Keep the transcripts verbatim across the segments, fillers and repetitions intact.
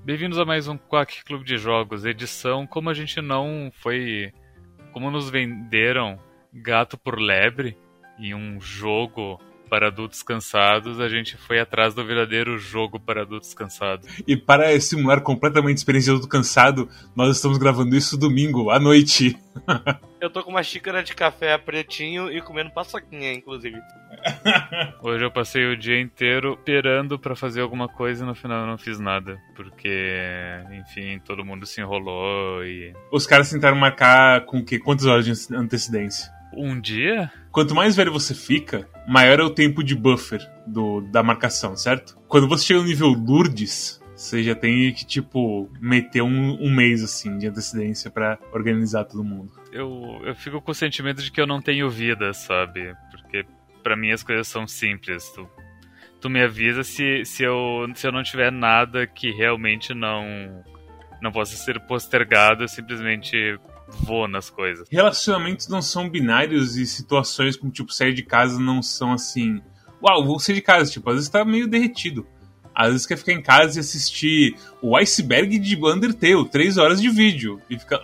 Bem-vindos a mais um Quack Clube de Jogos, edição como a gente não foi... Como nos venderam gato por lebre em um jogo para adultos cansados, a gente foi atrás do verdadeiro jogo para adultos cansados. E para simular completamente a experiência de adulto cansado, nós estamos gravando isso domingo, à noite. Eu tô com uma xícara de café pretinho e comendo paçoquinha, inclusive. Hoje eu passei o dia inteiro esperando pra fazer alguma coisa e no final eu não fiz nada. Porque, enfim, todo mundo se enrolou e... Os caras tentaram marcar com que, quantas horas de antecedência? Um dia? Quanto mais velho você fica, maior é o tempo de buffer do, da marcação, certo? Quando você chega no nível Lourdes, você já tem que, tipo, meter um, um mês, assim, de antecedência pra organizar todo mundo. Eu, eu fico com o sentimento de que eu não tenho vida, sabe? Porque pra mim as coisas são simples. Tu, tu me avisa se, se, eu, se eu não tiver nada que realmente não, não possa ser postergado, eu simplesmente vou nas coisas. Relacionamentos não são binários e situações como, tipo, sair de casa não são assim... Uau, vou sair de casa, tipo, às vezes tá meio derretido. Às vezes quer ficar em casa e assistir o Iceberg de Undertale, três horas de vídeo. E fica...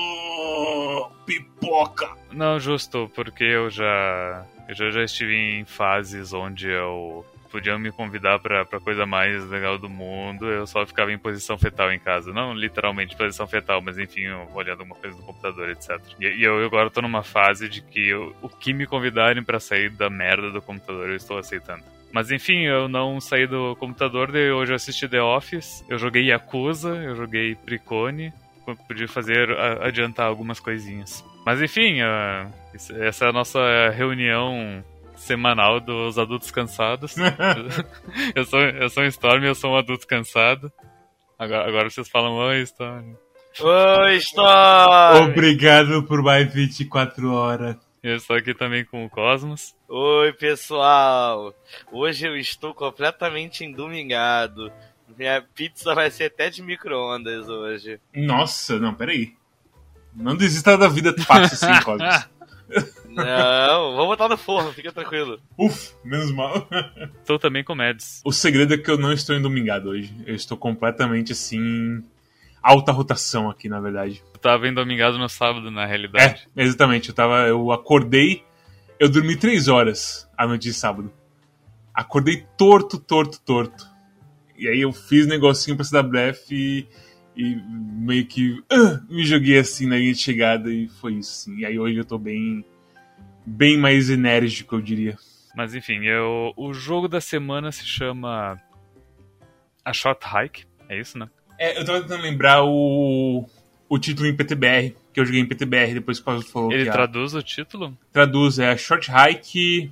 Oh, pipoca! Não, justo, porque eu já... Eu já, já estive em fases onde eu... Podiam me convidar pra, pra coisa mais legal do mundo, eu só ficava em posição fetal em casa. Não literalmente posição fetal, mas enfim, eu olhando alguma coisa no computador, etcétera. E, e eu agora tô numa fase de que eu, o que me convidarem pra sair da merda do computador, eu estou aceitando. Mas enfim, eu não saí do computador, daí hoje eu assisti The Office, eu joguei Yakuza, eu joguei Precone, podia fazer, adiantar algumas coisinhas. Mas enfim, uh, essa é a nossa reunião semanal dos adultos cansados. eu, sou, eu sou um Storm, eu sou um adulto cansado. Agora, agora vocês falam, oi Storm. Oi Storm! Obrigado por mais vinte e quatro horas. Eu estou aqui também com o Cosmos. Oi pessoal! Hoje eu estou completamente endomingado. Minha pizza vai ser até de micro-ondas hoje. Nossa, não, peraí. Não desista da vida fácil assim, Cosmos. Não, vou botar no forno, fica tranquilo. Uf, menos mal. Estou também com Mads. O segredo é que eu não estou endomingado hoje. Eu estou completamente assim... alta rotação aqui, na verdade. Eu tava endomingado no sábado, na realidade. É, exatamente. Eu, tava, eu acordei... Eu dormi três horas a noite de sábado. Acordei torto, torto, torto. E aí eu fiz negocinho pra C W F e... E meio que uh, me joguei assim na linha de chegada e foi isso, assim. E aí hoje eu tô bem, bem mais enérgico, eu diria. Mas enfim, eu, o jogo da semana se chama A Short Hike, é isso, né? É, eu tava tentando lembrar o, o título em P T B R, que eu joguei em P T B R depois que o Paulo falou. Ele que traduz a... o título? Traduz, é a Short Hike...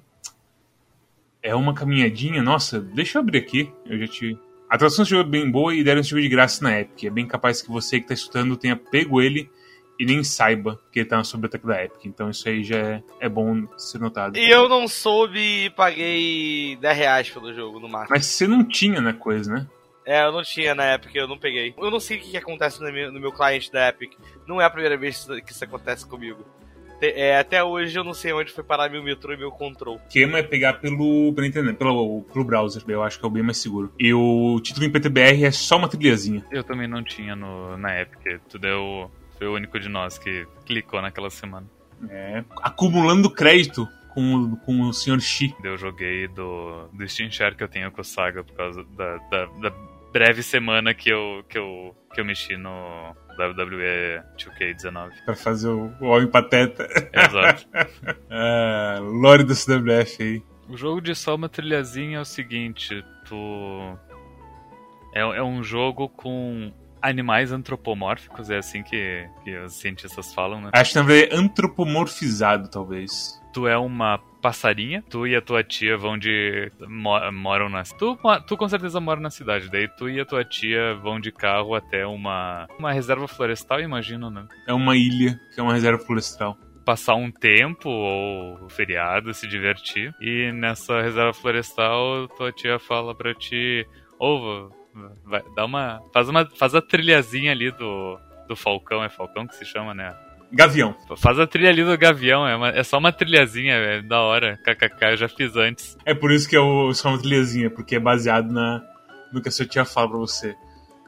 É uma caminhadinha, nossa, deixa eu abrir aqui, eu já te... A tradução do jogo é bem boa e deram esse jogo de graça na Epic. É bem capaz que você que tá escutando tenha pego ele e nem saiba que ele tá na biblioteca da Epic. Então isso aí já é, é bom ser notado. E eu não soube e paguei dez reais pelo jogo, no máximo. Mas você não tinha na coisa, né? É, eu não tinha na Epic, eu não peguei. Eu não sei o que, que acontece no meu, no meu cliente da Epic. Não é a primeira vez que isso acontece comigo. É, até hoje eu não sei onde foi parar meu metrô e meu control. O esquema é pegar pelo, pela internet, pelo, pelo browser, eu acho que é o bem mais seguro. E o título em P T B R é só uma trilhazinha. Eu também não tinha no, na Epic, tu deu, foi o único de nós que clicou naquela semana. É, acumulando crédito com, com o senhor Xi. Eu joguei do, do Steam Share que eu tenho com o Saga por causa da, da, da breve semana que eu, que eu, que eu mexi no... W W E dois K dezenove. Pra fazer o, o Homem Pateta. Exato. ah, lore do C W F aí. O jogo de só uma trilhazinha é o seguinte, tu... É, é um jogo com animais antropomórficos, é assim que, que os cientistas falam, né? Acho que na verdade é antropomorfizado, talvez. Tu é uma passarinha, tu e a tua tia vão de... Mo- moram na... Tu, tu com certeza mora na cidade, daí tu e a tua tia vão de carro até uma... Uma reserva florestal, imagino, né? É uma ilha, que é uma reserva florestal. Passar um tempo, ou feriado, se divertir. E nessa reserva florestal, tua tia fala pra ti... Ou, vai, dá uma... Faz, uma... faz a trilhazinha ali do... Do Falcão, é Falcão que se chama, né? Gavião. Faz a trilha ali do Gavião, é, uma, é só uma trilhazinha, é da hora. Kkk, eu já fiz antes. É por isso que é o, só uma trilhazinha, porque é baseado na, no que a sua tia fala pra você.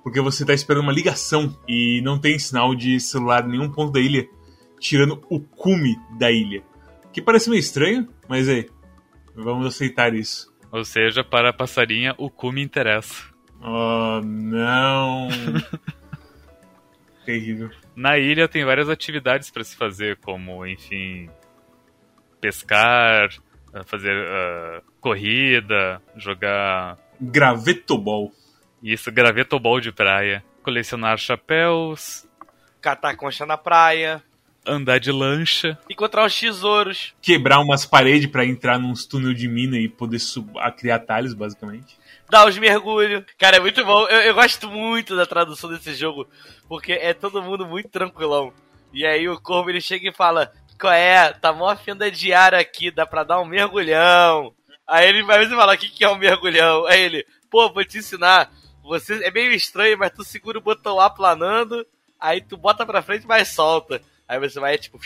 porque você tá esperando uma ligação e não tem sinal de celular em nenhum ponto da ilha, tirando o cume da ilha. Que parece meio estranho, mas é, vamos aceitar isso. Ou seja, para a passarinha, o cume interessa. Oh, não. Terrível. Na ilha tem várias atividades para se fazer, como, enfim, pescar, fazer uh, corrida, jogar... Gravetobol. Isso, gravetobol de praia. Colecionar chapéus. Catar concha na praia. Andar de lancha. Encontrar os tesouros. Quebrar umas paredes pra entrar num túnel de mina e poder sub- a criar atalhos, basicamente. Dar os mergulhos. Cara, é muito bom. Eu, eu gosto muito da tradução desse jogo, porque é todo mundo muito tranquilão. E aí o Corvo, ele chega e fala: qual é? Tá mó fenda de ar aqui, dá pra dar um mergulhão. Aí ele vai falar: o que, que é um mergulhão? Aí ele: pô, vou te ensinar. Você é meio estranho, mas tu segura o botão A planando, aí tu bota pra frente, mas solta. Aí você vai, tipo...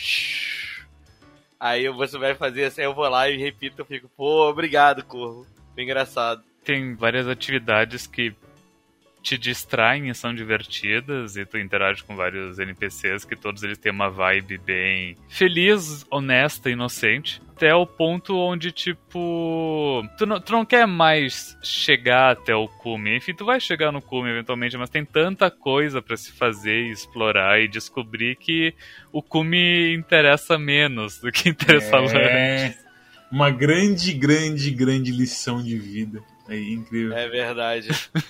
Aí você vai fazer assim, eu vou lá e repito, eu fico, pô, obrigado, Corvo. Foi engraçado. Tem várias atividades que te distraem e são divertidas, e tu interage com vários N P Cs que todos eles têm uma vibe bem feliz, honesta, inocente, até o ponto onde, tipo, tu não, tu não quer mais chegar até o cume. Enfim, tu vai chegar no cume eventualmente, mas tem tanta coisa pra se fazer, explorar e descobrir que o cume interessa menos do que interessava é... antes. Uma grande, grande, grande lição de vida. É incrível. É verdade.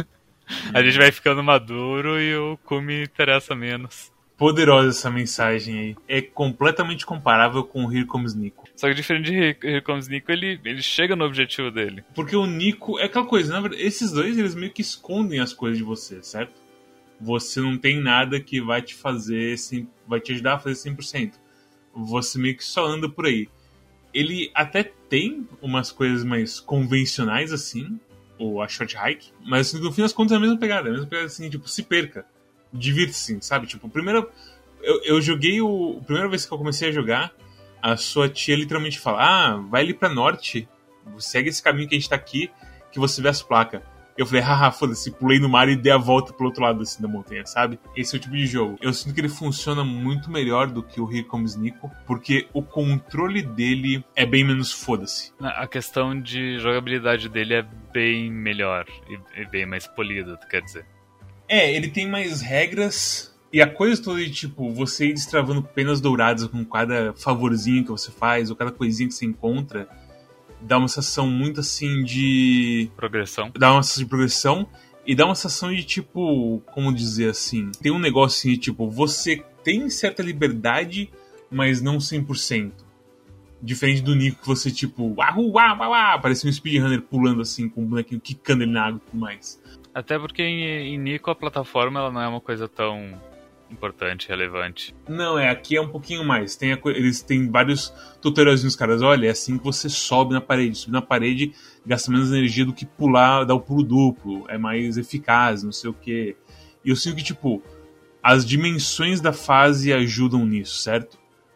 A gente vai ficando maduro e o cume interessa menos. Poderosa essa mensagem aí. É completamente comparável com o Here Comes Nico. Só que diferente de Here, Here Comes Nico, ele, ele chega no objetivo dele. Porque o Nico é aquela coisa, na verdade, esses dois eles meio que escondem as coisas de você, certo? Você não tem nada que vai te fazer, vai te ajudar a fazer cem por cento. Você meio que só anda por aí. Ele até tem umas coisas mais convencionais assim, ou a short hike, mas assim, no fim das contas é a mesma pegada, a mesma pegada assim, tipo, se perca, divirta-se, sabe? Tipo, primeiro, eu, eu joguei o, a primeira vez que eu comecei a jogar, a sua tia literalmente fala: ah, vai ali pra norte, segue esse caminho que a gente tá aqui, que você vê as placas. Eu falei: haha, foda-se, pulei no mar e dei a volta pro outro lado assim da montanha, sabe? Esse é o tipo de jogo. Eu sinto que ele funciona muito melhor do que o Here Comes Nico, porque o controle dele é bem menos foda-se. A questão de jogabilidade dele é bem melhor e bem mais polida, tu quer dizer? É, ele tem mais regras e a coisa toda de, tipo, você ir destravando penas douradas com cada favorzinho que você faz ou cada coisinha que você encontra, dá uma sensação muito assim de... progressão. Dá uma sensação de progressão e dá uma sensação de, tipo, como dizer assim, tem um negócio assim de, tipo, você tem certa liberdade, mas não cem por cento. Diferente do Nico, que você, tipo, uau, uau, uau, uau, parece um speedrunner pulando assim, com um bonequinho quicando ele na água e tudo mais. Até porque em, em Nico a plataforma ela não é uma coisa tão importante, relevante. Não, é, aqui é um pouquinho mais. Tem a, eles têm vários tutoriais nos caras. Olha, é assim que você sobe na parede. Subir na parede gasta menos energia do que pular, dar o pulo duplo. É mais eficaz, não sei o quê. E eu sinto que, tipo, as dimensões da fase ajudam nisso, certo?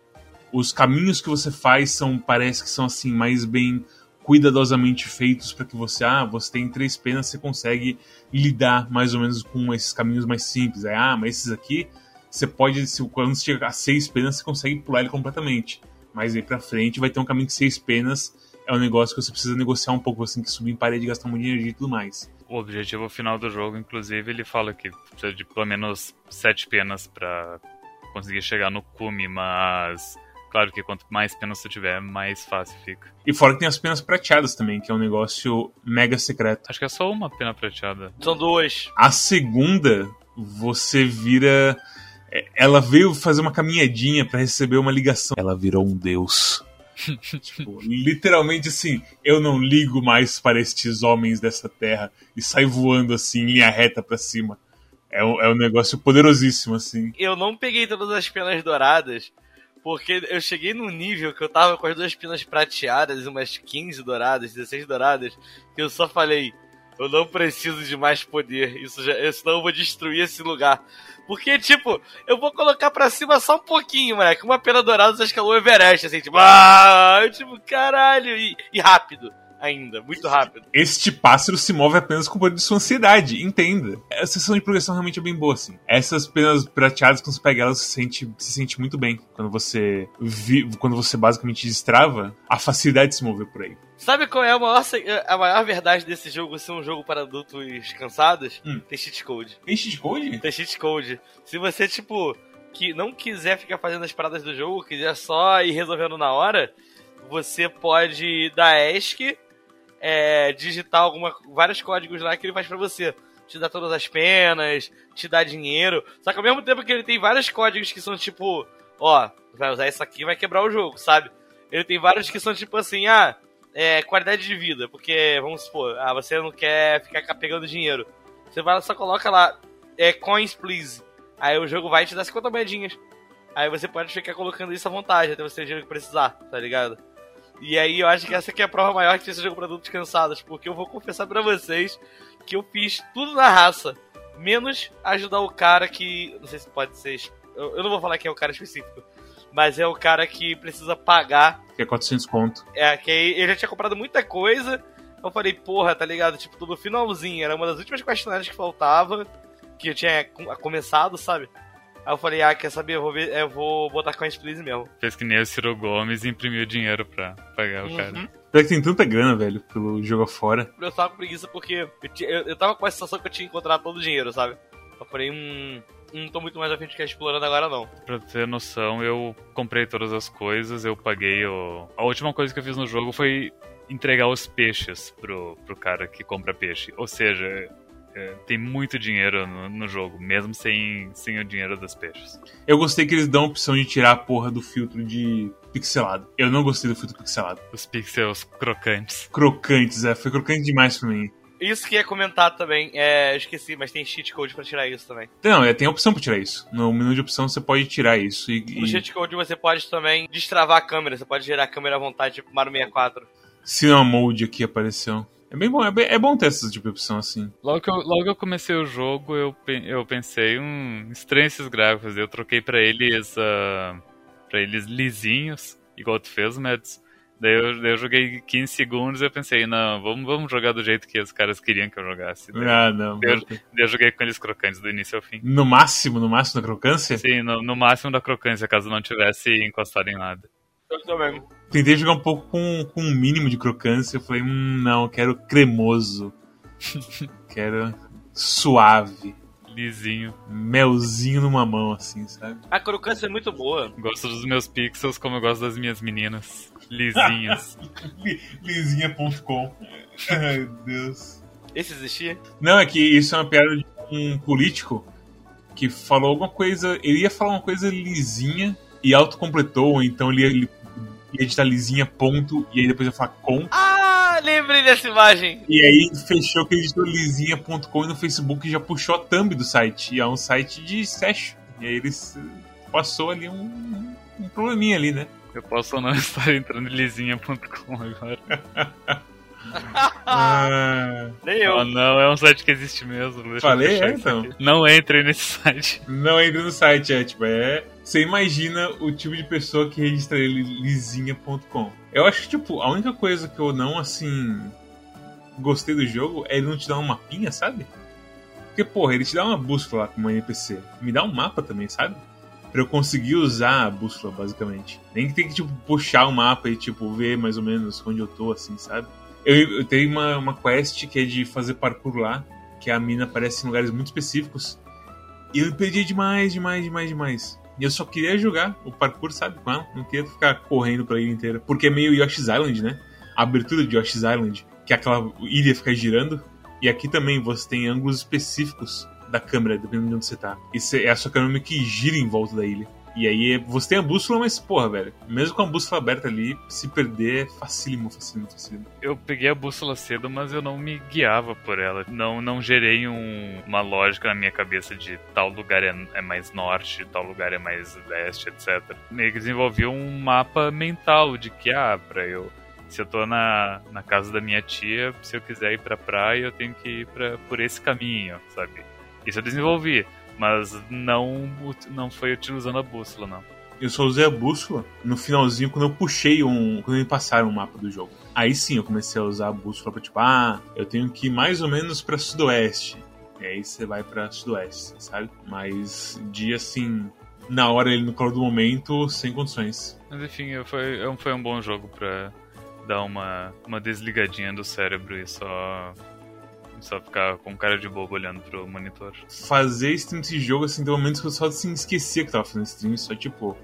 Os caminhos que você faz são, parece que são assim, mais bem cuidadosamente feitos para que você, ah, você tem três penas, você consegue lidar mais ou menos com esses caminhos mais simples. Aí, ah, mas esses aqui você pode, se quando você chegar a seis penas, você consegue pular ele completamente. Mas aí pra frente vai ter um caminho que seis penas é um negócio que você precisa negociar um pouco, você tem que subir em parede, gastar muita energia e tudo mais. O objetivo final do jogo, inclusive, ele fala que precisa de pelo menos sete penas pra conseguir chegar no cume, mas claro que quanto mais penas você tiver, mais fácil fica. E fora que tem as penas prateadas também, que é um negócio mega secreto. Acho que é só uma pena prateada. São duas. A segunda, você vira... Ela veio fazer uma caminhadinha pra receber uma ligação. Ela virou um deus. Tipo, literalmente assim, eu não ligo mais para estes homens dessa terra. E sai voando assim, em linha reta pra cima. É um, é um negócio poderosíssimo, assim. Eu não peguei todas as penas douradas, porque eu cheguei num nível que eu tava com as duas penas prateadas, umas quinze douradas, dezesseis douradas, que eu só falei: eu não preciso de mais poder, isso já, senão eu vou destruir esse lugar. Porque, tipo, eu vou colocar pra cima só um pouquinho, moleque. Uma pena dourada, você escalou o Everest, assim, tipo, ah, eu, tipo, caralho, e, e rápido. ainda, muito rápido. Este pássaro se move apenas com o poder de sua ansiedade, entenda. A sensação de progressão realmente é bem boa, assim. Essas penas prateadas, quando você pega elas, se sente, se sente muito bem. Quando você, vi, quando você basicamente destrava, a facilidade de se mover por aí. Sabe qual é a maior, a maior verdade desse jogo ser um jogo para adultos cansados? Hum. Tem cheat code. Tem cheat code? Tem cheat code. Se você, tipo, que não quiser ficar fazendo as paradas do jogo, quiser só ir resolvendo na hora, você pode dar ESC, é, digitar alguma, vários códigos lá que ele faz pra você. Te dá todas as penas, te dá dinheiro. Só que ao mesmo tempo que ele tem vários códigos que são tipo, ó, vai usar isso aqui, vai quebrar o jogo, sabe? Ele tem vários que são tipo assim, ah, é, qualidade de vida, porque, vamos supor, ah, você não quer ficar pegando dinheiro. Você vai só coloca lá, é, coins please. Aí o jogo vai te dar cinquenta moedinhas. Aí você pode ficar colocando isso à vontade, até você ter o dinheiro que precisar, tá ligado? E aí eu acho que essa aqui é a prova maior que esse jogo pra adultos cansados, porque eu vou confessar pra vocês que eu fiz tudo na raça, menos ajudar o cara que, não sei se pode ser, eu não vou falar que é o cara específico, mas é o cara que precisa pagar. Que é quatrocentos conto. É, que aí ele já tinha comprado muita coisa, eu falei, porra, tá ligado? Tipo, tudo finalzinho, era uma das últimas questionárias que faltava, que eu tinha começado, sabe? Aí eu falei, ah, quer saber, eu vou, ver, eu vou botar coins please mesmo. Fez que nem o Ciro Gomes e imprimiu dinheiro pra pagar o Uhum. cara. Pior que tem tanta grana, velho, pelo jogo afora. Eu tava com preguiça porque eu, tinha, eu, eu tava com a sensação que eu tinha encontrado todo o dinheiro, sabe? Eu falei, hum, não tô muito mais a fim de ficar explorando agora não. Pra ter noção, eu comprei todas as coisas, eu paguei o... A última coisa que eu fiz no jogo foi entregar os peixes pro, pro cara que compra peixe. Ou seja... É, tem muito dinheiro no, no jogo, mesmo sem, sem o dinheiro dos peixes. Eu gostei que eles dão a opção de tirar a porra do filtro de pixelado. Eu não gostei do filtro pixelado. Os pixels crocantes. Crocantes, é. Foi crocante demais pra mim. Isso que ia comentar também, é, eu esqueci, mas tem cheat code pra tirar isso também. Não, é, tem a opção pra tirar isso. No menu de opção você pode tirar isso. E, No e... cheat code você pode também destravar a câmera, você pode gerar a câmera à vontade, tipo Mario sessenta e quatro. Cinema Mode aqui apareceu. É bem bom, é, bem, é bom ter esse tipo de opção assim. Logo que eu, logo que eu comecei o jogo, eu, eu pensei, hum, estranho esses gráficos. Eu troquei pra eles, uh, pra eles lisinhos, igual tu fez, Mads. Daí eu, daí eu joguei quinze segundos e eu pensei, não, vamos, vamos jogar do jeito que os caras queriam que eu jogasse. Daí, Ah, não. daí eu, daí eu joguei com eles crocantes do início ao fim. No máximo, no máximo da crocância? Sim, no, no máximo da crocância, caso não tivesse encostado em nada. Eu também. Tentei jogar um pouco com, com um mínimo de crocância. Eu falei, hum, não, eu quero cremoso. Quero suave. Lisinho. Melzinho numa mão, assim, sabe? A crocância é muito boa. Gosto dos meus pixels como eu gosto das minhas meninas. Lisinhas. Lisinha ponto com. Ai, Deus. Esse existia? Não, é que isso é uma piada de um político que falou alguma coisa. Ele ia falar uma coisa lisinha e autocompletou, então ele ia, ele ia editar lisinha ponto e aí depois ia falar com. Ah, lembrei dessa imagem. E aí fechou que ele editou lisinha ponto com e no Facebook já puxou a thumb do site. E é um site de session. E aí ele passou ali um, um probleminha ali, né? Eu posso não estar entrando em lisinha ponto com agora. Ah, Nem eu. Oh, não, é um site que existe mesmo. Deixa Falei, eu fechar é, isso então. aqui. Não entre nesse site. não entra no site, é tipo, é. Você imagina o tipo de pessoa que registra ele lisinha ponto com. Eu acho que, tipo, a única coisa que eu não, assim, gostei do jogo é ele não te dar um mapinha, sabe? Porque, porra, ele te dá uma bússola lá com uma N P C. Me dá um mapa também, sabe? Pra eu conseguir usar a bússola, basicamente. Nem que tem que, tipo, puxar o mapa e, tipo, ver mais ou menos onde eu tô, assim, sabe? Eu, eu tenho uma, uma quest que é de fazer parkour lá, que a mina aparece em lugares muito específicos. E eu me perdi demais, demais, demais, demais. E eu só queria jogar o parkour, sabe, com ela. Não queria ficar correndo pela ilha inteira. Porque é meio Yoshi's Island, né? A abertura de Yoshi's Island, que é aquela ilha fica girando. E aqui também você tem ângulos específicos da câmera, dependendo de onde você tá. E cê, é a sua câmera que gira em volta da ilha. E aí você tem a bússola, mas porra, velho, mesmo com a bússola aberta ali, se perder é facílimo, facílimo, facílimo. Eu peguei a bússola cedo, mas eu não me guiava por ela. Não, não gerei um, uma lógica na minha cabeça de tal lugar é, é mais norte, tal lugar é mais leste, etcétera. Meio que desenvolvi um mapa mental de que, ah, pra eu... Se eu tô na, na casa da minha tia, se eu quiser ir pra praia, eu tenho que ir pra, por esse caminho, sabe? Isso eu desenvolvi. Mas não, não foi utilizando a bússola, não. Eu só usei a bússola no finalzinho quando eu puxei um. Quando me passaram o mapa do jogo. Aí sim eu comecei a usar a bússola pra tipo, ah, eu tenho que ir mais ou menos pra sudoeste. E aí você vai pra sudoeste, sabe? Mas dia assim, na hora ele no calor do momento, sem condições. Mas enfim, foi, foi um bom jogo pra dar uma, uma desligadinha do cérebro e só. Só ficar com cara de bobo olhando pro monitor. Fazer stream desse jogo, assim, tem momentos que eu só assim, esquecia que tava fazendo stream, só tipo,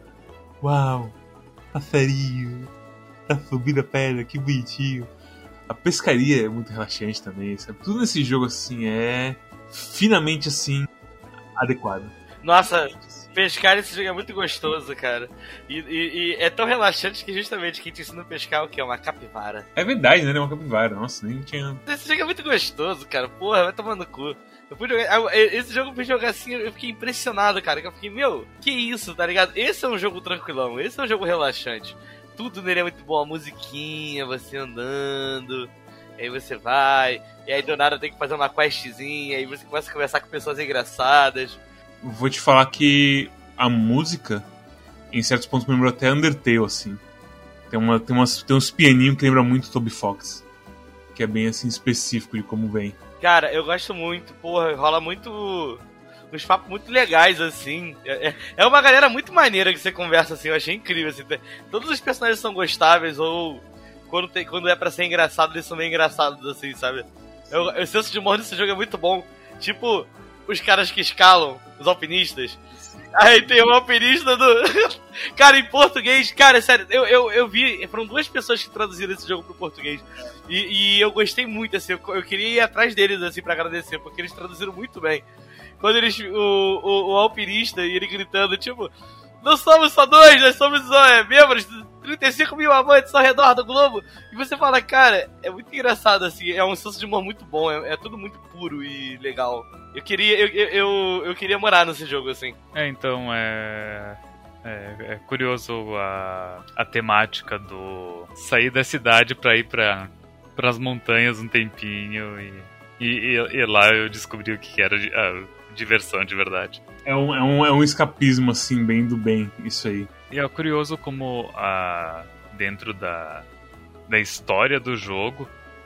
uau, passarinho, tá subindo a pedra, que bonitinho. A pescaria é muito relaxante também, sabe? Tudo nesse jogo, assim, é finamente, assim, adequado. Nossa, pescar nesse jogo é muito gostoso, cara. E, e, e é tão relaxante que justamente quem te ensina a pescar é o quê? É uma capivara. É verdade, né? É uma capivara. Nossa, nem tinha... Esse jogo é muito gostoso, cara. Porra, vai tomar no cu. Eu fui jogar, esse jogo eu fui jogar assim, eu fiquei impressionado, cara. Eu fiquei, meu, que isso, tá ligado? Esse é um jogo tranquilão, esse é um jogo relaxante. Tudo nele é muito bom, a musiquinha, você andando... Aí você vai, e aí do nada tem que fazer uma questzinha, aí você começa a conversar com pessoas engraçadas. Vou te falar que a música, em certos pontos, me lembrou até Undertale, assim. Tem, uma, tem, umas, tem uns pianinhos que lembram muito Toby Fox. Que é bem, assim, específico de como vem. Cara, eu gosto muito, porra, rola muito... uns papos muito legais, assim. É, é uma galera muito maneira que você conversa, assim, eu achei incrível, assim. Todos os personagens são gostáveis, ou... Quando, tem, quando é pra ser engraçado, eles são meio engraçados, assim, sabe? Eu, o senso de humor desse jogo é muito bom. Tipo, os caras que escalam, os alpinistas. Aí tem um alpinista do... Cara, em português, cara, sério, eu, eu, eu vi, foram duas pessoas que traduziram esse jogo pro português. E, e eu gostei muito, assim, eu, eu queria ir atrás deles, assim, pra agradecer, porque eles traduziram muito bem. Quando eles, o, o, o alpinista e ele gritando, tipo, não somos só dois, nós somos é, membros... trinta e cinco mil amantes ao redor do globo. E você fala, cara, é muito engraçado, assim. É um senso de humor muito bom. É, é tudo muito puro e legal. Eu queria, eu, eu, eu queria morar nesse jogo, assim. É, então, é... É, é curioso a, a temática do sair da cidade pra ir pra, pras montanhas um tempinho. E, e, e lá eu descobri o que era a diversão de verdade. É um, é, um, é um escapismo, assim, bem do bem, isso aí. E é curioso como a, dentro da, da história do jogo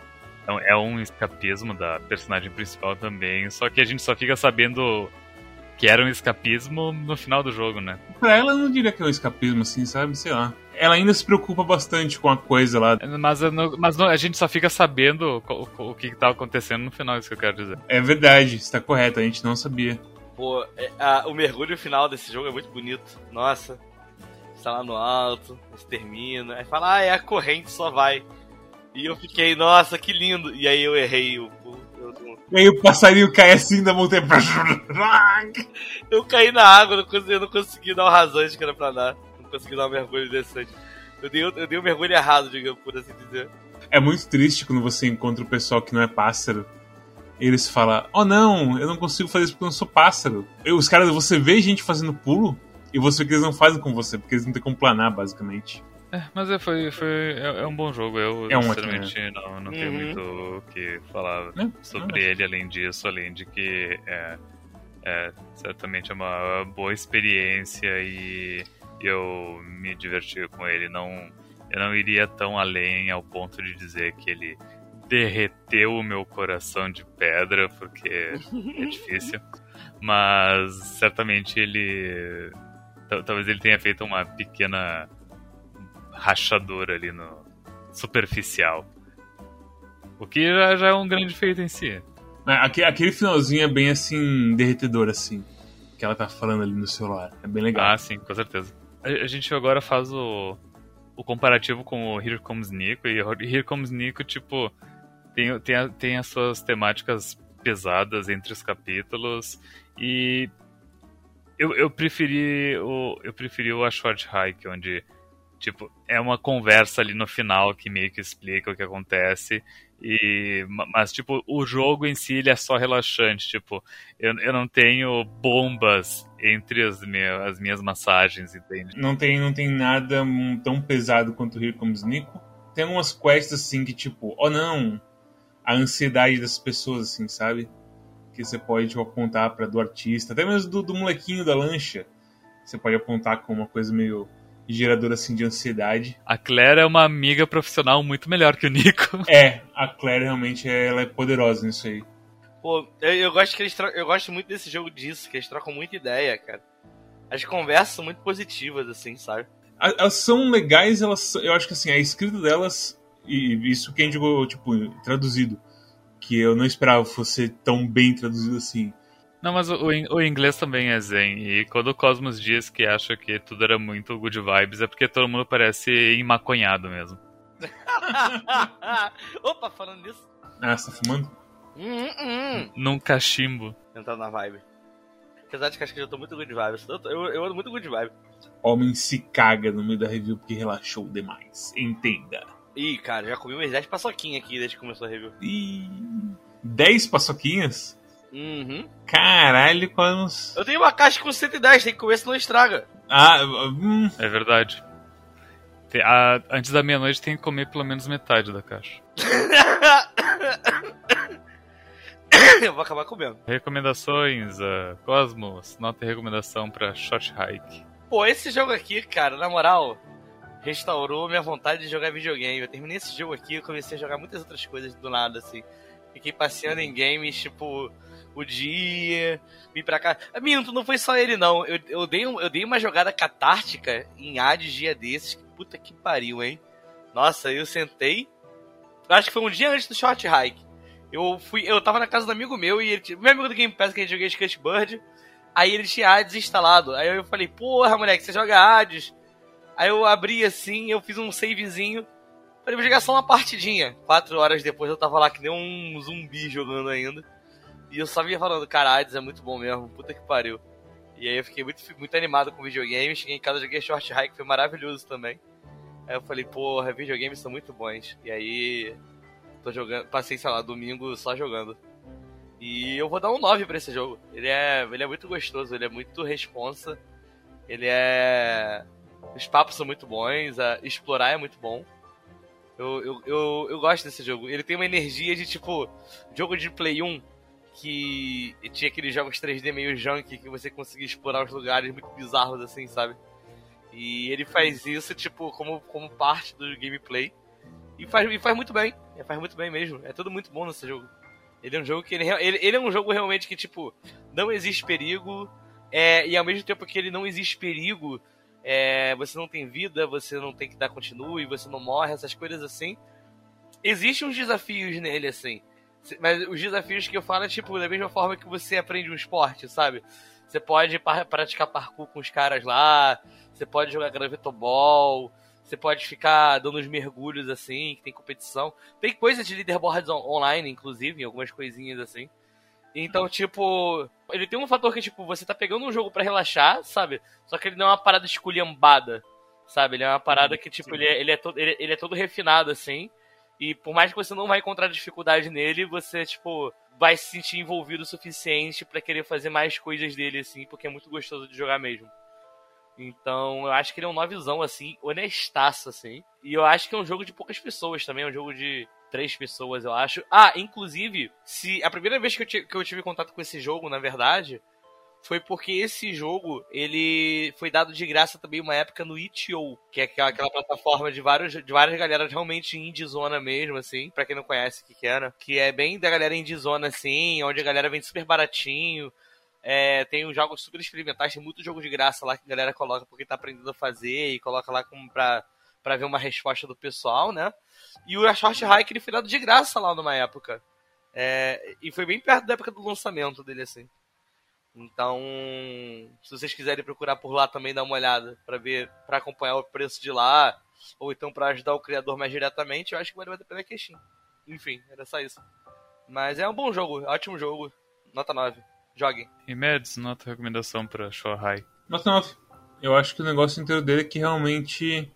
é, é um escapismo da personagem principal também, só que a gente só fica sabendo que era um escapismo no final do jogo, né? Pra ela eu não diria que é um escapismo, assim, sabe? Sei lá. Ela ainda se preocupa bastante com a coisa lá. Mas, mas não, a gente só fica sabendo o, o, o que estava acontecendo no final, isso que eu quero dizer. É verdade, você tá correto, a gente não sabia. Pô, é, a, o mergulho final desse jogo é muito bonito. Nossa. Tá lá no alto, você termina, aí fala, ah, é a corrente, só vai. E eu fiquei, nossa, que lindo. E aí eu errei o... o eu, e aí o passarinho cai assim da montanha. Eu caí na água, não consegui, eu não consegui dar o rasante que era pra dar. Não consegui dar um mergulho decente. Eu dei, eu dei um mergulho errado, digamos, por assim dizer. É muito triste quando você encontra o pessoal que não é pássaro. E eles falam, oh não, eu não consigo fazer isso porque eu não sou pássaro. E os caras, você vê gente fazendo pulo... E você vê que eles não fazem com você, porque eles não têm como planar, basicamente. É, mas é, foi, foi, é, é um bom jogo. Eu, é um sinceramente, ótimo, né? não, não uhum. tenho muito o que falar é, sobre não, ele, além disso, além de que é, é, certamente é uma boa experiência e eu me diverti com ele. Não, eu não iria tão além ao ponto de dizer que ele derreteu o meu coração de pedra, porque é difícil. Mas certamente ele... Talvez ele tenha feito uma pequena rachadura ali no superficial. O que já, já é um grande feito em si. Aquele finalzinho é bem assim, derretedor, assim. Que ela tá falando ali no celular. É bem legal. Ah, sim, com certeza. A, a gente agora faz o, o comparativo com o Here Comes Nico. E Here Comes Nico, tipo, tem, tem, tem as suas temáticas pesadas entre os capítulos. E... Eu, eu preferi o eu preferi o A Short Hike, onde tipo é uma conversa ali no final que meio que explica o que acontece e mas tipo o jogo em si ele é só relaxante, tipo eu, eu não tenho bombas entre as minhas, as minhas massagens, entende? Não tem não tem nada tão pesado quanto o Here Comes Nico. Tem algumas quests assim que tipo, oh não, a ansiedade das pessoas assim, sabe? Que você pode tipo, apontar para do artista, até mesmo do, do molequinho da lancha. você pode apontar como uma coisa meio geradora assim, de ansiedade. A Claire é uma amiga profissional muito melhor que o Nico. É, a Claire realmente ela é poderosa nisso aí. Pô, eu, eu gosto que eles tro... eu gosto muito desse jogo disso, que eles trocam muita ideia, cara. As conversas são muito positivas, assim, sabe? Elas são legais, elas, eu acho que assim, a escrita delas, e isso que a gente jogou, tipo, traduzido, que eu não esperava fosse tão bem traduzido assim. Não, mas o, o inglês também é zen, e quando o Cosmos diz que acha que tudo era muito good vibes, é porque todo mundo parece emaconhado mesmo. Opa, falando nisso. Ah, você tá fumando? Hum, hum. Num cachimbo. Entrando na vibe. Apesar de que acho que eu tô muito good vibes. Eu, eu, eu ando muito good vibe. Homem se caga no meio da review porque relaxou demais. Entenda. Ih, cara, já comi umas dez paçoquinhas aqui desde que começou a review. Ih, dez paçoquinhas? Uhum. Caralho, Cosmos. Eu tenho uma caixa com cento e dez, tem que comer senão estraga. Ah, hum. É verdade. Tem, a, antes da meia-noite tem que comer pelo menos metade da caixa. Eu vou acabar comendo. Recomendações, uh, Cosmos, nota e recomendação pra Short Hike. Pô, esse jogo aqui, cara, na moral, restaurou minha vontade de jogar videogame. Eu terminei esse jogo aqui e comecei a jogar muitas outras coisas do nada, assim. Fiquei passeando em games, tipo, o dia, vim pra cá. Minto, não foi só ele, não. Eu, eu, dei, um, eu dei uma jogada catártica em Hades dia desses. Puta que pariu, hein? Nossa, eu sentei. Acho que foi um dia antes do Short Hike. Eu fui, eu tava na casa do amigo meu e ele, meu amigo do Game Pass que a gente joguei Skate Bird. Aí ele tinha Hades instalado. Aí eu falei, porra, moleque, você joga Hades? Aí eu abri assim, eu fiz um savezinho. Falei, vou jogar só uma partidinha. Quatro horas depois eu tava lá que nem um zumbi jogando ainda. E eu só vinha falando, cara, Hades é muito bom mesmo, puta que pariu. E aí eu fiquei muito, muito animado com videogame. Cheguei em casa, joguei Short Hike, foi maravilhoso também. Aí eu falei, porra, videogames são muito bons. E aí, tô jogando, passei, sei lá, domingo só jogando. E eu vou dar um nove pra esse jogo. Ele é, ele é muito gostoso, ele é muito responsa. Ele é... Os papos são muito bons, a... explorar é muito bom. Eu, eu, eu, eu gosto desse jogo. Ele tem uma energia de, tipo, jogo de Play um, que tinha aqueles jogos três D meio junk, que você conseguia explorar os lugares muito bizarros, assim, sabe? E ele faz isso, tipo, como, como parte do gameplay. E faz, e faz muito bem. É, faz muito bem mesmo. É tudo muito bom nesse jogo. Ele é um jogo que... Ele, ele, ele é um jogo realmente que, tipo, não existe perigo. É, e ao mesmo tempo que ele não existe perigo, é, você não tem vida, você não tem que dar continue, você não morre, essas coisas assim. Existem uns desafios nele, assim. Mas os desafios que eu falo é, tipo, da mesma forma que você aprende um esporte, sabe? Você pode par- praticar parkour com os caras lá, você pode jogar gravetobol, você pode ficar dando uns mergulhos, assim, que tem competição. Tem coisa de leaderboards on- online, inclusive, algumas coisinhas assim. Então, tipo, ele tem um fator que, tipo, você tá pegando um jogo pra relaxar, sabe? Só que ele não é uma parada esculhambada, sabe? Ele é uma parada que, tipo, ele é, ele, é todo, ele, ele é todo refinado, assim. E por mais que você não vai encontrar dificuldade nele, você, tipo, vai se sentir envolvido o suficiente pra querer fazer mais coisas dele, assim, porque é muito gostoso de jogar mesmo. Então, eu acho que ele é um novezão, assim, honestaço, assim. E eu acho que é um jogo de poucas pessoas também, é um jogo de três pessoas, eu acho. Ah, inclusive, se a primeira vez que eu, tive, que eu tive contato com esse jogo, na verdade, foi porque esse jogo, ele foi dado de graça também uma época no itch ponto io, que é aquela, aquela plataforma de, vários, de várias galera realmente indie-zona mesmo, assim, pra quem não conhece o que que era, que é bem da galera indie-zona, assim, onde a galera vende super baratinho. É, tem uns jogos super experimentais, tem muito jogo de graça lá que a galera coloca porque tá aprendendo a fazer e coloca lá como pra, pra ver uma resposta do pessoal, né? E o Short Hike ele foi dado de graça lá numa época. É, e foi bem perto da época do lançamento dele, assim. Então, se vocês quiserem procurar por lá também, dá uma olhada pra ver, pra acompanhar o preço de lá, ou então pra ajudar o criador mais diretamente, eu acho que vale a pena queixinho. Enfim, era só isso. Mas é um bom jogo, ótimo jogo. Nota nove. Joguem. E Mads, nota recomendação pra Shohai. Nota nove. Eu acho que o negócio inteiro dele é que realmente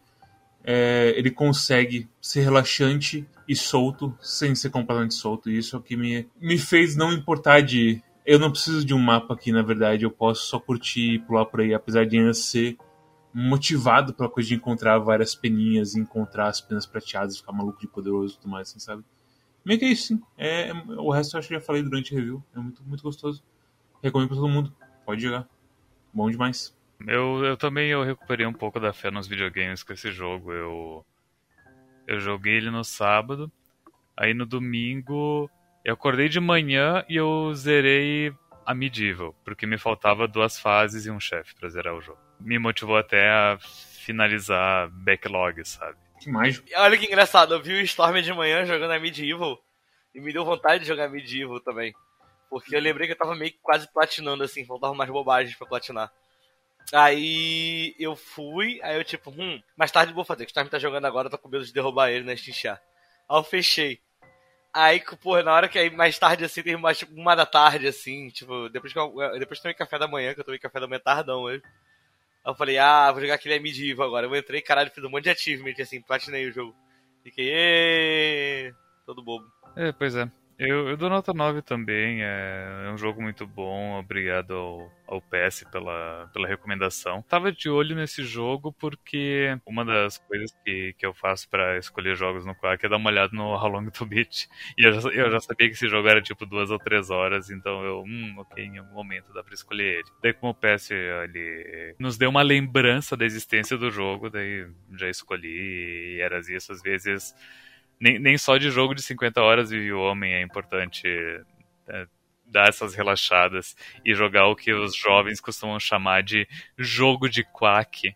é, ele consegue ser relaxante e solto, sem ser completamente solto. E isso é o que me, me fez não importar de... Eu não preciso de um mapa aqui, na verdade. Eu posso só curtir e pular por aí, apesar de ainda ser motivado pela coisa de encontrar várias peninhas, encontrar as penas prateadas, ficar maluco de poderoso e tudo mais, assim, sabe? Meio que é isso, sim. É, é, o resto eu acho que já falei durante a review. É muito, muito gostoso. Recomendo pra todo mundo. Pode jogar. Bom demais. Eu, eu também eu recuperei um pouco da fé nos videogames com esse jogo. Eu, eu joguei ele no sábado, aí no domingo eu acordei de manhã e eu zerei a Medieval, porque me faltava duas fases e um chefe pra zerar o jogo. Me motivou até a finalizar backlog, sabe? Que mágico. Olha que engraçado, eu vi o Storm de manhã jogando a Medieval e me deu vontade de jogar Medieval também. Porque eu lembrei que eu tava meio que quase platinando, assim, faltavam mais bobagens pra platinar. Aí eu fui, aí eu tipo, hum, mais tarde eu vou fazer, que o Storm tá jogando agora, eu tô com medo de derrubar ele na Steam. Aí eu fechei. Aí, porra, na hora que aí mais tarde, assim, tem mais tipo, uma da tarde, assim, tipo, depois que eu, depois que eu tomei café da manhã, que eu tomei café da manhã tardão hoje. Aí eu falei, ah, vou jogar aquele Medieval agora. Eu entrei, caralho, fiz um monte de achievement, assim, platinei o jogo. Fiquei, êêêê, todo bobo. É, pois é. Eu, eu dou nota nove também, é, é um jogo muito bom, obrigado ao, ao P S pela, pela recomendação. Tava de olho nesse jogo porque uma das coisas que, que eu faço pra escolher jogos no Quack é dar uma olhada no How Long to Beat. E eu já, eu já sabia que esse jogo era tipo duas ou três horas, então eu, hum, ok, em algum momento dá pra escolher ele. Daí como o P S ele nos deu uma lembrança da existência do jogo, daí já escolhi e era isso, às vezes... Nem, nem só de jogo de cinquenta horas vive o homem, é importante é, dar essas relaxadas e jogar o que os jovens costumam chamar de jogo de quack.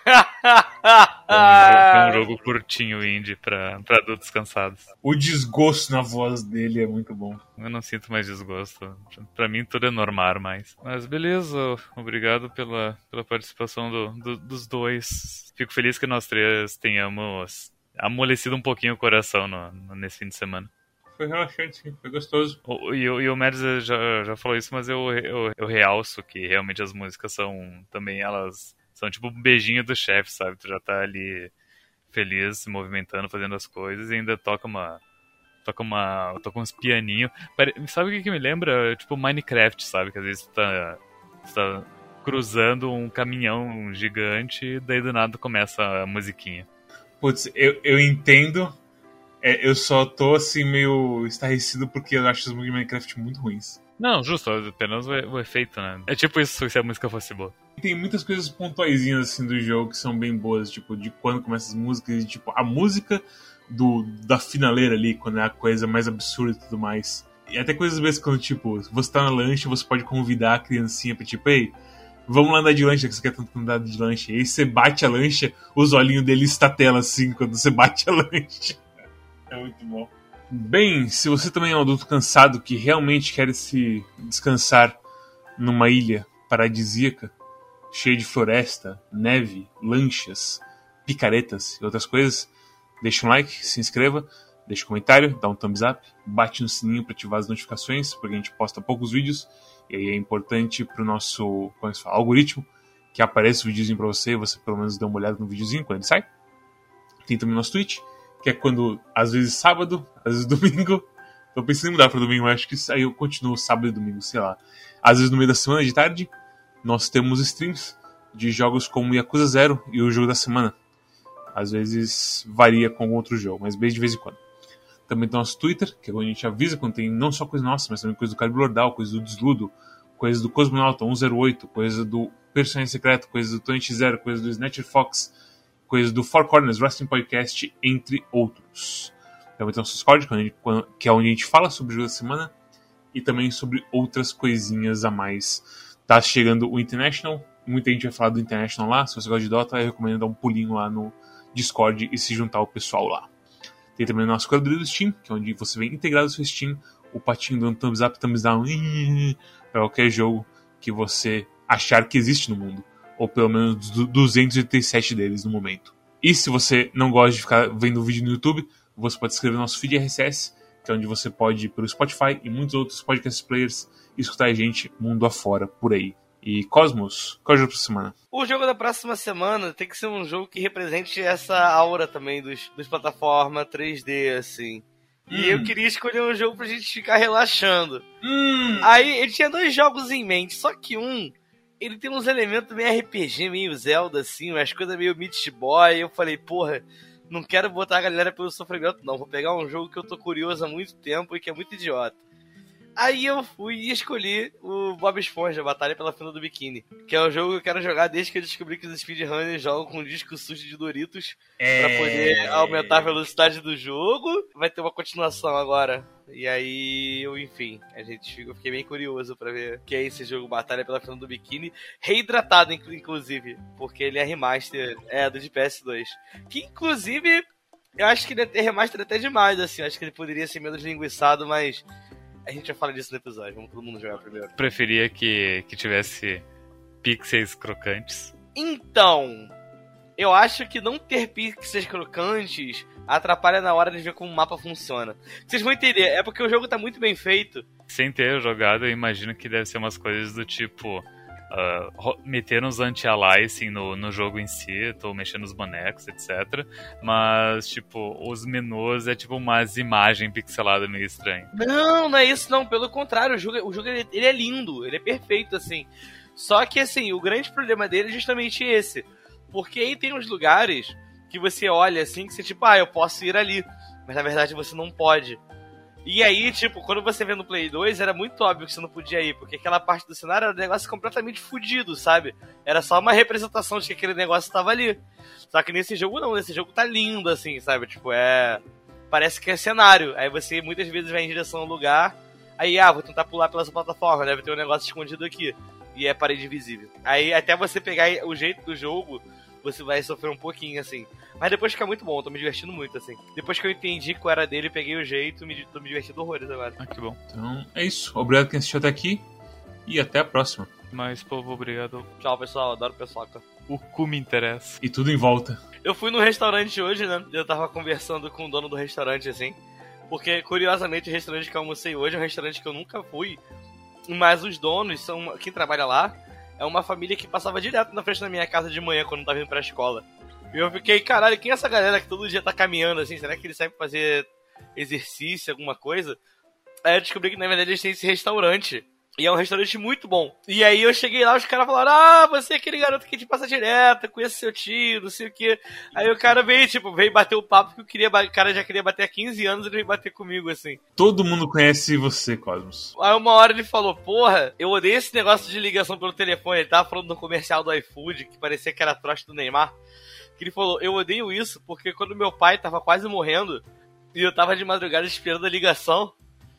É um, um jogo curtinho indie pra, pra adultos cansados. O desgosto na voz dele é muito bom. Eu não sinto mais desgosto. Pra mim tudo é normal mais. Mas beleza, obrigado pela, pela participação do, do, dos dois. Fico feliz que nós três tenhamos amolecido um pouquinho o coração no, no, nesse fim de semana. Foi relaxante, sim. Foi gostoso. O, e, e o Mads já, já falou isso, mas eu, eu, eu realço que realmente as músicas são também, elas são tipo um beijinho do chefe, sabe? Tu já tá ali feliz, se movimentando, fazendo as coisas e ainda toca uma... Toca uma... Toca uns pianinhos. Sabe o que, que me lembra? Tipo Minecraft, sabe? Que às vezes tu tá... Tu tá cruzando um caminhão gigante e daí do nada começa a musiquinha. Putz, eu, eu entendo, é, eu só tô assim meio estarrecido porque eu acho as músicas de Minecraft muito ruins. Não, justo, apenas o, o efeito, né? É tipo isso se a música fosse boa. Tem muitas coisas pontuaisinhas assim do jogo que são bem boas, tipo, de quando começam as músicas, e, tipo, a música do, da finaleira ali, quando é a coisa mais absurda e tudo mais. E até coisas vezes quando, tipo, você tá na lanche, você pode convidar a criancinha pra, tipo, ei, vamos lá andar de lancha, que você quer tanto andar de lancha. E aí você bate a lancha, os olhinhos dele estatela assim quando você bate a lancha. É muito bom. Bem, se você também é um adulto cansado que realmente quer se descansar numa ilha paradisíaca, cheia de floresta, neve, lanchas, picaretas e outras coisas, deixa um like, se inscreva, deixa um comentário, dá um thumbs up, bate no sininho para ativar as notificações, porque a gente posta poucos vídeos. E aí é importante pro nosso, como é que se fala, algoritmo, que apareça o videozinho pra você, e você pelo menos dê uma olhada no videozinho quando ele sai. Tem também o nosso Twitch, que é quando, às vezes sábado, às vezes domingo. Tô pensando em mudar pra domingo, mas acho que aí eu continuo sábado e domingo, sei lá. Às vezes no meio da semana, de tarde, nós temos streams de jogos como Yakuza Zero e o jogo da semana. Às vezes varia com outro jogo, mas bem de vez em quando. Também tem o nosso Twitter, que é onde a gente avisa quando tem não só coisa nossa, mas também coisa do Calibre Lordal, coisa do Desludo, coisa do Cosmonauta cento e oito, coisa do Personagem Secreto, coisa do Tony X zero, coisa do Snatcher Fox, coisa do Four Corners Wrestling Podcast, entre outros. Também tem o nosso Discord, que é onde a gente fala sobre o jogo da semana e também sobre outras coisinhas a mais. Tá chegando o International, muita gente vai falar do International lá. Se você gosta de Dota, eu recomendo dar um pulinho lá no Discord e se juntar ao pessoal lá. Tem também o nosso quadro do Steam, que é onde você vem integrado ao seu Steam, o patinho dando thumbs up, thumbs down, para qualquer jogo que você achar que existe no mundo. Ou pelo menos duzentos e oitenta e sete deles no momento. E se você não gosta de ficar vendo o vídeo no YouTube, você pode escrever no nosso feed R S S, que é onde você pode ir pelo Spotify e muitos outros podcast players escutar a gente mundo afora por aí. E Cosmos, qual é o jogo da semana? O jogo da próxima semana tem que ser um jogo que represente essa aura também dos, dos plataformas três D, assim. Hum. E eu queria escolher um jogo pra gente ficar relaxando. Hum. Aí eu tinha dois jogos em mente, só que um, ele tem uns elementos meio R P G, meio Zelda, assim, umas coisas meio Meat Boy. Eu falei, porra, não quero botar a galera pelo sofrimento, não. Vou pegar um jogo que eu tô curioso há muito tempo e que é muito idiota. Aí eu fui e escolhi o Bob Esponja, Batalha pela Fenda do Biquíni. Que é um jogo que eu quero jogar desde que eu descobri que os speedrunners jogam com disco sujo de Doritos É... pra poder aumentar a velocidade do jogo. Vai ter uma continuação agora. E aí, eu, enfim, a gente fica, eu fiquei bem curioso pra ver o que é esse jogo Batalha pela Fenda do Biquíni. Reidratado, inclusive, porque ele é remaster, é, do de P S dois. Que, inclusive, eu acho que ele é remaster até demais, assim. Eu acho que ele poderia ser menos linguiçado, mas... a gente já fala disso no episódio, vamos todo mundo jogar primeiro. Preferia que, que tivesse pixels crocantes. Então, eu acho que não ter pixels crocantes atrapalha na hora de ver como o mapa funciona. Vocês vão entender, é porque o jogo tá muito bem feito. Sem ter jogado, eu imagino que deve ser umas coisas do tipo... Uh, meter uns anti-aliasing no, no jogo em si, tô mexendo nos bonecos, etcétera. Mas, tipo, os menus é tipo umas imagens pixeladas meio estranho. Não, não é isso não, pelo contrário, o jogo, o jogo ele, ele é lindo, ele é perfeito, assim. Só que, assim, o grande problema dele é justamente esse. Porque aí tem uns lugares que você olha, assim, que você, tipo, ah, eu posso ir ali. Mas, na verdade, você não pode. E aí, tipo, quando você vê no Play dois, era muito óbvio que você não podia ir, porque aquela parte do cenário era um negócio completamente fudido, sabe? Era só uma representação de que aquele negócio estava ali. Só que nesse jogo não, nesse jogo tá lindo, assim, sabe? Tipo, é... parece que é cenário. Aí você muitas vezes vai em direção ao lugar, aí, ah, vou tentar pular pela sua plataforma, deve ter um negócio escondido aqui. E é parede visível. Aí, até você pegar o jeito do jogo, você vai sofrer um pouquinho, assim. Mas depois fica muito bom, eu tô me divertindo muito, assim. Depois que eu entendi qual era dele, peguei o jeito, me, tô me divertindo horrores agora. Ah, que bom. Então, é isso. Obrigado quem assistiu até aqui. E até a próxima. Mas, povo, obrigado. Tchau, pessoal. Adoro o pessoal. O cu me interessa. E tudo em volta. Eu fui no restaurante hoje, né? Eu tava conversando com o dono do restaurante, assim. Porque, curiosamente, o restaurante que eu almocei hoje é um restaurante que eu nunca fui. Mas os donos são... quem trabalha lá é uma família que passava direto na frente da minha casa de manhã quando eu tava indo pra escola. E eu fiquei, caralho, quem é essa galera que todo dia tá caminhando assim? Será que eles sabem fazer exercício, alguma coisa? Aí eu descobri que na verdade eles têm esse restaurante. E é um restaurante muito bom. E aí eu cheguei lá, os caras falaram: ah, você é aquele garoto que te passa direto, conhece seu tio, não sei o quê. Aí o cara veio, tipo, veio bater o papo que eu queria, o cara já queria bater há quinze anos, ele veio bater comigo, assim. Todo mundo conhece você, Cosmos. Aí uma hora ele falou: porra, eu odeio esse negócio de ligação pelo telefone. Ele tava falando no comercial do iFood, que parecia que era a troça do Neymar. Que ele falou: eu odeio isso porque quando meu pai tava quase morrendo e eu tava de madrugada esperando a ligação,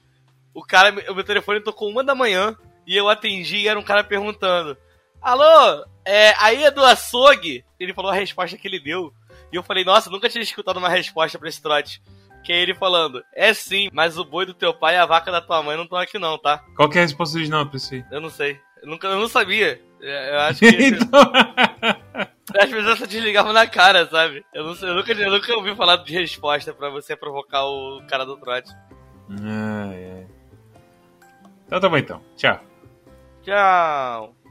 o cara, o meu telefone tocou uma da manhã e eu atendi e era um cara perguntando: alô, é, aí é do açougue? Ele falou a resposta que ele deu. E eu falei: nossa, nunca tinha escutado uma resposta pra esse trote. Que é ele falando: é sim, mas o boi do teu pai e a vaca da tua mãe não estão aqui não, tá? Qual que é a resposta original pra isso aí? Eu não sei. Eu, nunca, eu não sabia. Eu acho que... então... as pessoas só desligavam na cara, sabe? Eu, não sei, eu, nunca, eu nunca ouvi falar de resposta pra você provocar o cara do trote. Ah, é. Então tá bom então. Tchau. Tchau.